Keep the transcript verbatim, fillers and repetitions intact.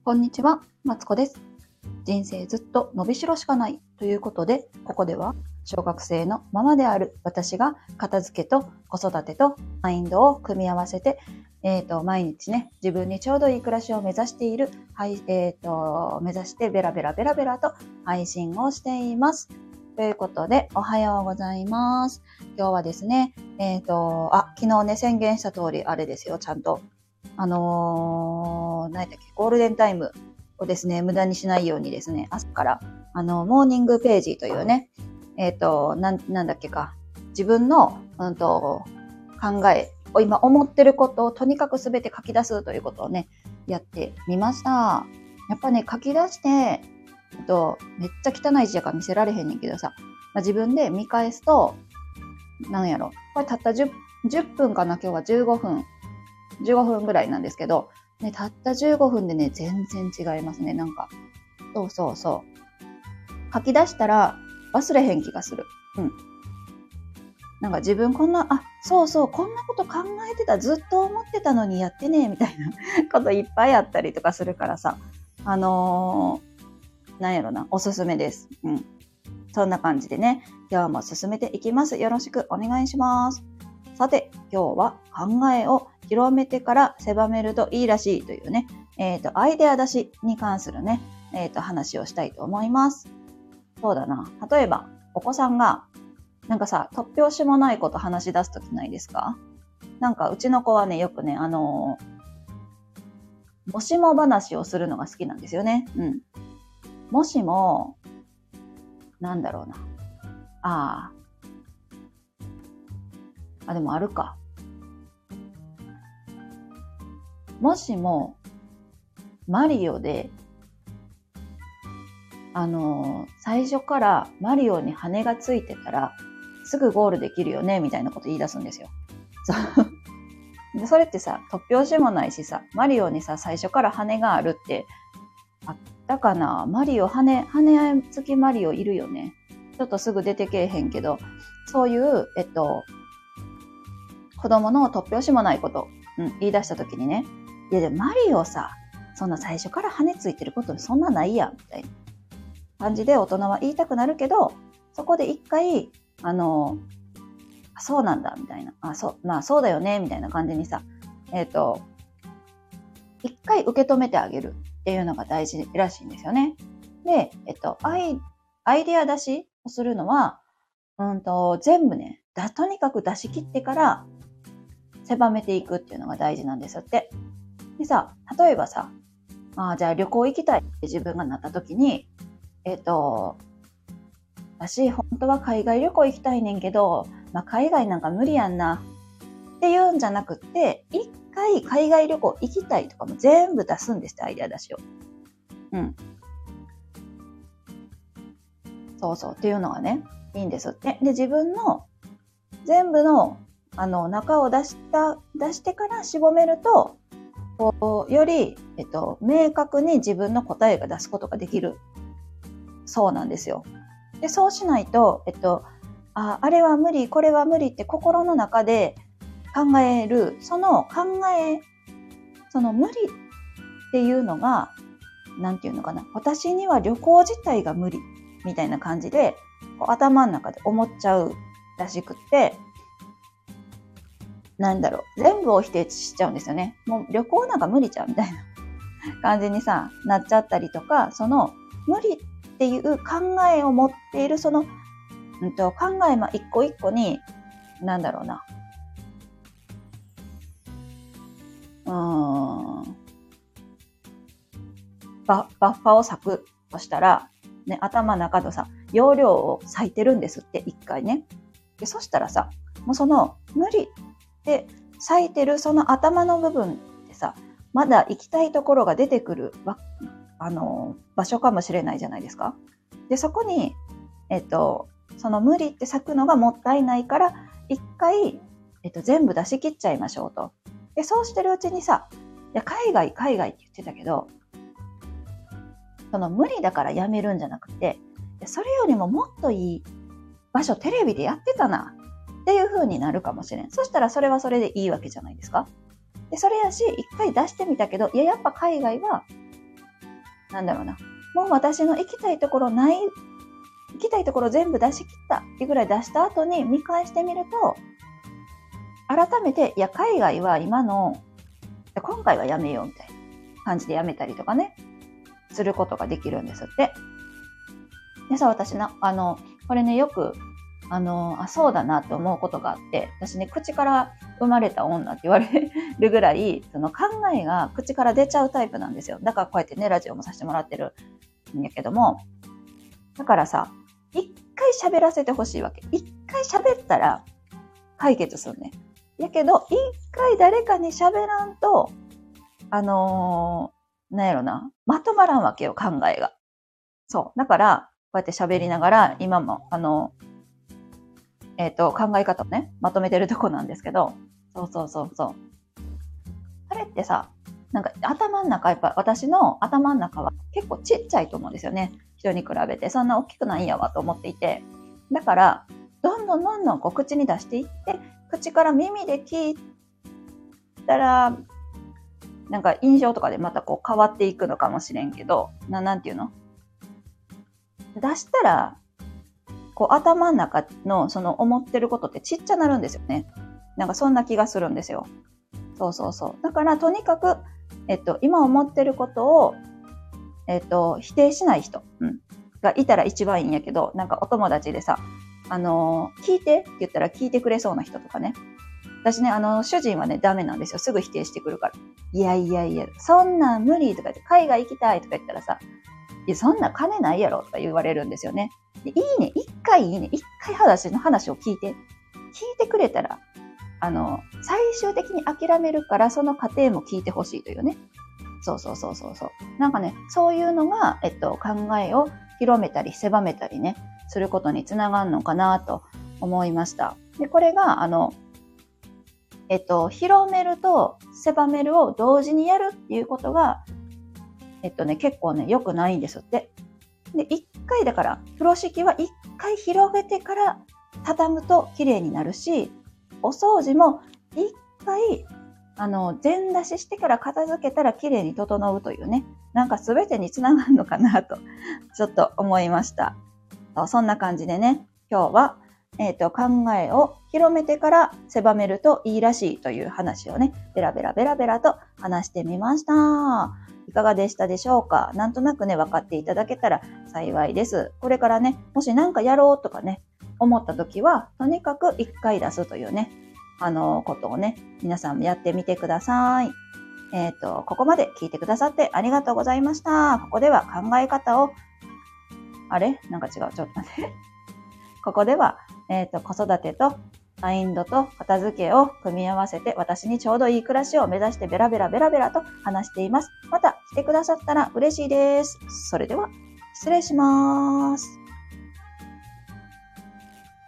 こんにちは、マツコです。人生ずっと伸びしろしかないということで、ここでは小学生のママである私が片付けと子育てとマインドを組み合わせて、えっと、毎日ね、自分にちょうどいい暮らしを目指している、はい、えっと、目指してベラベラベラベラと配信をしています。ということで、おはようございます。今日はですね、えっと、あ、昨日ね、宣言した通り、あれですよ、ちゃんと。あのー、何だっけ、ゴールデンタイムをですね、無駄にしないようにですね、朝から、あの、モーニングページというね、えっと、なん、なんだっけか、自分の、うんと、考えを今思ってることをとにかくすべて書き出すということをね、やってみました。やっぱね、書き出して、えっと、めっちゃ汚い字やから見せられへんねんけどさ、まあ、自分で見返すと、なんやろ、これたった 10, じゅっぷんかな、今日はじゅうごふん。じゅうごふんぐらいなんですけど、ね、たったじゅうごふんでね、全然違いますね、なんか。そうそうそう。書き出したら忘れへん気がする。うん。なんか自分こんな、あ、そうそう、こんなこと考えてた、ずっと思ってたのにやってね、みたいなこといっぱいあったりとかするからさ、あのー、なんやろな、おすすめです。うん。そんな感じでね、今日も進めていきます。よろしくお願いします。さて、今日は考えを広めてから狭めるといいらしいというね、えっと、アイデア出しに関するね、えっと、話をしたいと思います。そうだな。例えば、お子さんが、なんかさ、突拍子もないこと話し出すときないですか？なんか、うちの子はね、よくね、あのー、もしも話をするのが好きなんですよね。うん。もしも、なんだろうな。ああ。あ、でもあるか。もしも、マリオで、あのー、最初からマリオに羽がついてたら、すぐゴールできるよね、みたいなこと言い出すんですよ。そう。で、それってさ、突拍子もないしさ、マリオにさ、最初から羽があるって、あったかな？マリオ、羽、羽付きマリオいるよね。ちょっとすぐ出てけえへんけど、そういう、えっと、子供の突拍子もないこと、うん、言い出したときにね、いやでもマリオさ、そんな最初から羽ついてることそんなないやん、みたいな感じで大人は言いたくなるけど、そこで一回、あの、あ、そうなんだ、みたいな。あ、そう、まあそうだよね、みたいな感じにさ、えっと、一回受け止めてあげるっていうのが大事らしいんですよね。で、えっと、アイ、アイデア出しをするのは、うんと、全部ね、だ、とにかく出し切ってから狭めていくっていうのが大事なんですって。でさ、例えばさ、あ、じゃあ旅行行きたいって自分がなった時に、えっと、私本当は海外旅行行きたいねんけど、まあ、海外なんか無理やんなっていうんじゃなくって、一回海外旅行行きたいとかも全部出すんですって、アイデア出しを。うん。そうそうっていうのがね、いいんですって。で、自分の全部のあの中を出した出してから絞めると、こうより、えっと、明確に自分の答えが出すことができるそうなんですよ。で、そうしないと、えっと、あ、あれは無理、これは無理って心の中で考える、その考え、その無理っていうのが、なんていうのかな、私には旅行自体が無理みたいな感じで、こう頭の中で思っちゃうらしくって、なんだろう、全部を否定しちゃうんですよね。もう旅行なんか無理ちゃうみたいな感じにさ、なっちゃったりとか、その無理っていう考えを持っている、その、うんと、考えま一個一個に、なんだろうな、うーん、バ、バッファを割くとしたら、ね、頭の中のさ、容量を割いてるんですって、一回ね。で、そしたらさ、もうその無理って割いてるその頭の部分ってさ、まだ行きたいところが出てくるあの場所かもしれないじゃないですか。で、そこに、えっと、その無理って割くのがもったいないから、一回、えっと、全部出し切っちゃいましょうと。で、そうしてるうちにさ、いや、海外、海外って言ってたけど、その無理だからやめるんじゃなくて、それよりももっといい場所テレビでやってたなっていう風になるかもしれん。そしたらそれはそれでいいわけじゃないですか。で、それやし、一回出してみたけど、いや、やっぱ海外はなんだろうな。もう私の行きたいところない、行きたいところ全部出し切ったっていうぐらい出した後に見返してみると、改めて、いや、海外は今の、今回はやめようみたいな感じでやめたりとかね、することができるんですって。でさ、私な、あの、これね、よく、あの、あ、そうだなと思うことがあって、私ね、口から生まれた女って言われるぐらい、その考えが口から出ちゃうタイプなんですよ。だからこうやってね、ラジオもさせてもらってるんやけども、だからさ、一回喋らせてほしいわけ。一回喋ったら解決するね。やけど、一回誰かに喋らんと、あのー、なんやろな、まとまらんわけよ、考えが。そう。だから、こうやって喋りながら、今も、あの、えっと、考え方をね、まとめてるとこなんですけど、そうそうそうそう。あれってさ、なんか頭の中、やっぱ私の頭の中は結構ちっちゃいと思うんですよね。人に比べて。そんな大きくないんやわと思っていて。だから、どんどんどんどんこう口に出していって、口から耳で聞いたら、なんか印象とかでまたこう変わっていくのかもしれんけど、な、なんていうの？出したら、こう頭の中のその思ってることってちっちゃなるんですよね。なんかそんな気がするんですよ。そうそうそう。だからとにかく、えっと、今思ってることを、えっと、否定しない人、うん、がいたら一番いいんやけど、なんかお友達でさ、あのー、聞いてって言ったら聞いてくれそうな人とかね。私ね、あの、主人はね、ダメなんですよ。すぐ否定してくるから。いやいやいや、そんなん無理とか言って、海外行きたいとか言ったらさ、いや、そんな金ないやろとか言われるんですよね。でいいね、一回いいね、一回話の話を聞いて、聞いてくれたら、あの、最終的に諦めるから、その過程も聞いてほしいというね。そうそうそうそうそう。なんかね、そういうのが、えっと、考えを広めたり、狭めたりね、することにつながるのかなと思いました。で、これが、あの、えっと、広めると狭めるを同時にやるっていうことが、えっとね、結構ね、良くないんですって。で、一回だから、風呂敷は一回広げてから畳むと綺麗になるし、お掃除も一回、あの、全出ししてから片付けたら綺麗に整うというね、なんか全てにつながるのかなと、ちょっと思いました。そんな感じでね、今日は、えっと、考えを広めてから狭めるといいらしいという話をね、ベラベラベラベラと話してみました。いかがでしたでしょうか？なんとなくね、分かっていただけたら幸いです。これからね、もし何かやろうとかね、思った時は、とにかく一回出すというね、あの、ことをね、皆さんもやってみてください。えっと、ここまで聞いてくださってありがとうございました。ここでは考え方を、あれなんか違う。ちょっと待って。ここでは、えっと、子育てとマインドと片付けを組み合わせて私にちょうどいい暮らしを目指してベラベラベラベラと話しています。また来てくださったら嬉しいです。それでは失礼します。